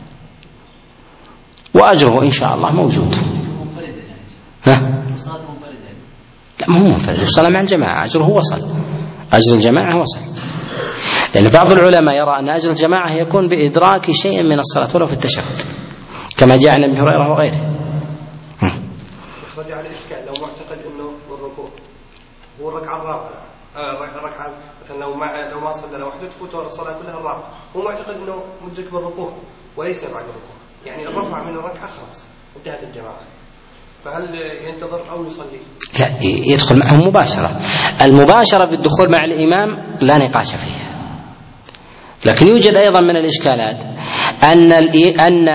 A: وأجره إن شاء الله موجود. ها؟ لا، ما هو منفرد، الصلاة مع الجماعة أجره وصل، أجر الجماعة وصل، لأن بعض العلماء يرى أن أجر الجماعة يكون بإدراك شيء من الصلاة ولو في التشهد، كما جاء عن ابن هريرة وغيره.
C: يخرج على الإشكال لو معتقد أنه الركوع هو الركعة الرابعة، الركعة مثلا لو ما لو ما صلى لوحده تفوت الصلاة كلها الرابعة، هو معتقد أنه مدرك بالركوع وليس بعد الركوع، يعني الرفع من الركعة خلاص انتهت الجماعة، فهل ينتظر أو يصلي؟ لا،
A: يدخل معهم مباشرة. المباشرة بالدخول مع الإمام لا نقاش فيها، لكن يوجد أيضا من الإشكالات أن أن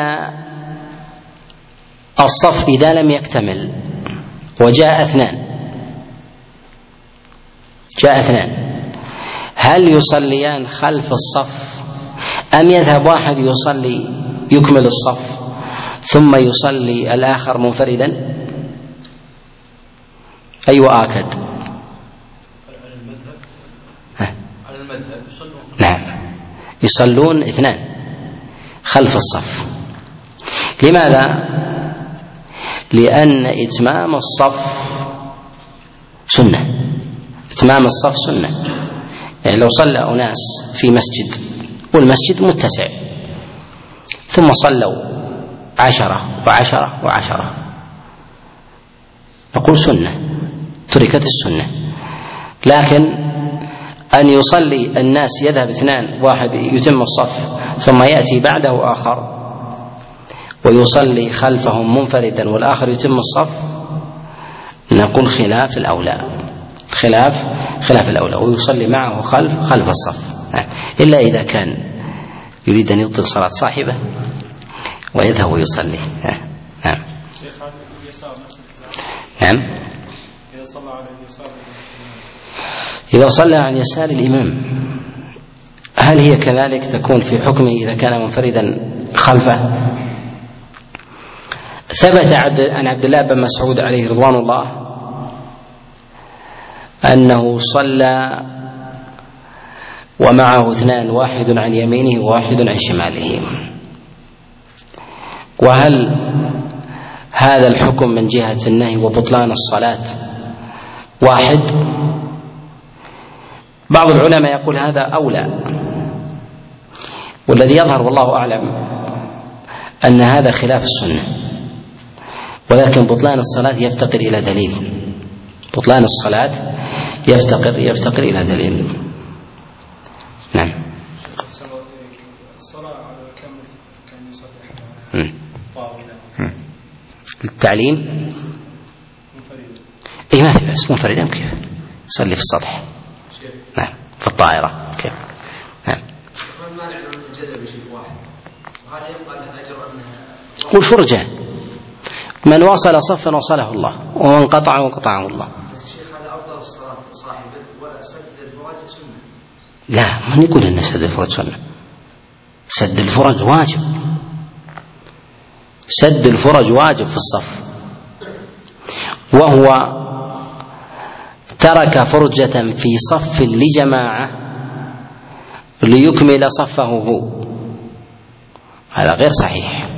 A: الصف إذا لم يكتمل وجاء اثنان جاء اثنان هل يصليان خلف الصف أم يذهب واحد يصلي يكمل الصف ثم يصلي الآخر منفردا؟ أي وآكد؟
B: على المذهب على المذهب يصلون.
A: نعم، يصلون اثنان خلف الصف. لماذا؟ لأن إتمام الصف سنة، إتمام الصف سنة. يعني لو صلى أناس في مسجد والمسجد متسع ثم صلوا عشرة وعشرة وعشرة، نقول سنة، تركت السنة. لكن أن يصلي الناس يذهب اثنان، واحد يتم الصف ثم يأتي بعده آخر ويصلي خلفهم منفردا والآخر يتم الصف، نقول خلاف الأولى، خلاف خلاف الأولى، ويصلي معه خلف خلف الصف، إلا إذا كان يريد أن يبطل صلاة صاحبه ويذهب ويصلي. نعم. نعم. إذا صلى عن يسار الإمام هل هي كذلك تكون في حكمه إذا كان منفردا خلفه؟ ثبت عن عبد الله بن مسعود عليه رضوان الله أنه صلى ومعه اثنان، واحد عن يمينه وواحد عن شماله. وهل هذا الحكم من جهة النهي وبطلان الصلاة واحد؟ بعض العلماء يقول هذا أولى، والذي يظهر والله أعلم أن هذا خلاف السنة، ولكن بطلان الصلاة يفتقر إلى دليل. بطلان الصلاة يفتقر يفتقر إلى دليل. نعم.
D: الصلاة على كم كان يصلي طاولة
A: التعليم
D: منفردا.
A: إيه ما في بس منفردا كيف؟ يصلي في السطح. نعم في الطائرة كيف؟ نعم.
B: ما نعلم أن الجدل بشيء واحد، وهذا يبقى له أجر أنها
A: والفرجة من وصل صفا وصله الله، ومن قطعه وقطعه الله.
B: بس الشيخ هذا أفضل الصلاة صاحبه، وسد الفرج سنة.
A: لا من يقول أن سد الفرج سنة؟ سد الفرج واجب، سد الفرج واجب في الصف، وهو ترك فرجة في صف لجماعة ليكمل صفه هو، هذا غير صحيح.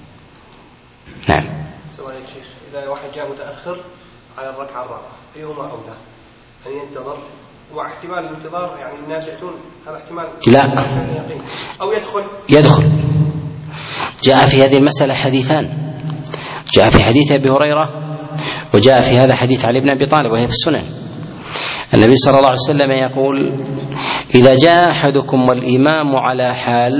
A: نعم.
C: سؤال يا شيخ، إذا واحد جاء متأخر على الركعة الرابعة أيهما أولى؟ أن ينتظر مع احتمال الانتظار، يعني الناس يأتون، هذا احتمال
A: لا،
C: أو يدخل
A: يدخل. جاء في هذه المسألة حديثان، جاء في حديث أبي هريرة، وجاء في هذا حديث علي بن أبي طالب وهي في السنن. النبي صلى الله عليه وسلم يقول: إذا جاء أحدكم والإمام على حال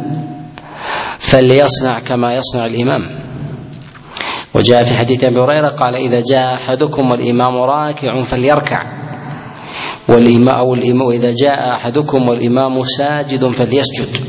A: فليصنع كما يصنع الإمام. وجاء في حديث أبي هريرة قال: إذا جاء أحدكم والإمام راكع فليركع، والإمام أو الإمام وإذا جاء أحدكم والإمام ساجد فليسجد.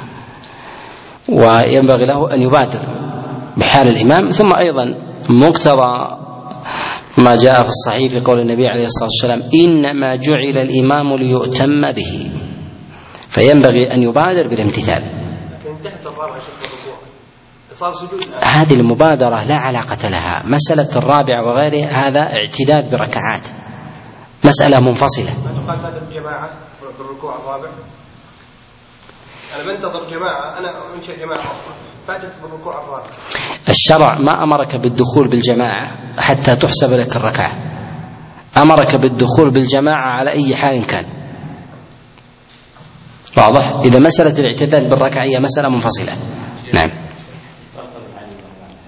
A: وينبغي له أن يبادر بحال الإمام. ثم أيضا مقتضى ما جاء في الصحيح في قول النبي عليه الصلاة والسلام: إنما جعل الإمام ليؤتم به، فينبغي أن يبادر بالامتثال.
C: لكن انتهت الرابعة شكل الركوع، صار سجود.
A: هذه المبادرة لا علاقة لها. مسألة الرابع وغيره هذا اعتداد بركعات، مسألة منفصلة.
C: ما تقال هذا الجماعة بالركوع الرابع؟ أنا بنتظر جماعة، أنا أنشأ جماعة فاتت بالركوع الرابع.
A: الشرع ما أمرك بالدخول بالجماعة حتى تحسب لك الركعة، أمرك بالدخول بالجماعة على أي حال كان. واضح؟ إذا مسألة الاعتداد بالركعة هي مسألة منفصلة. نعم.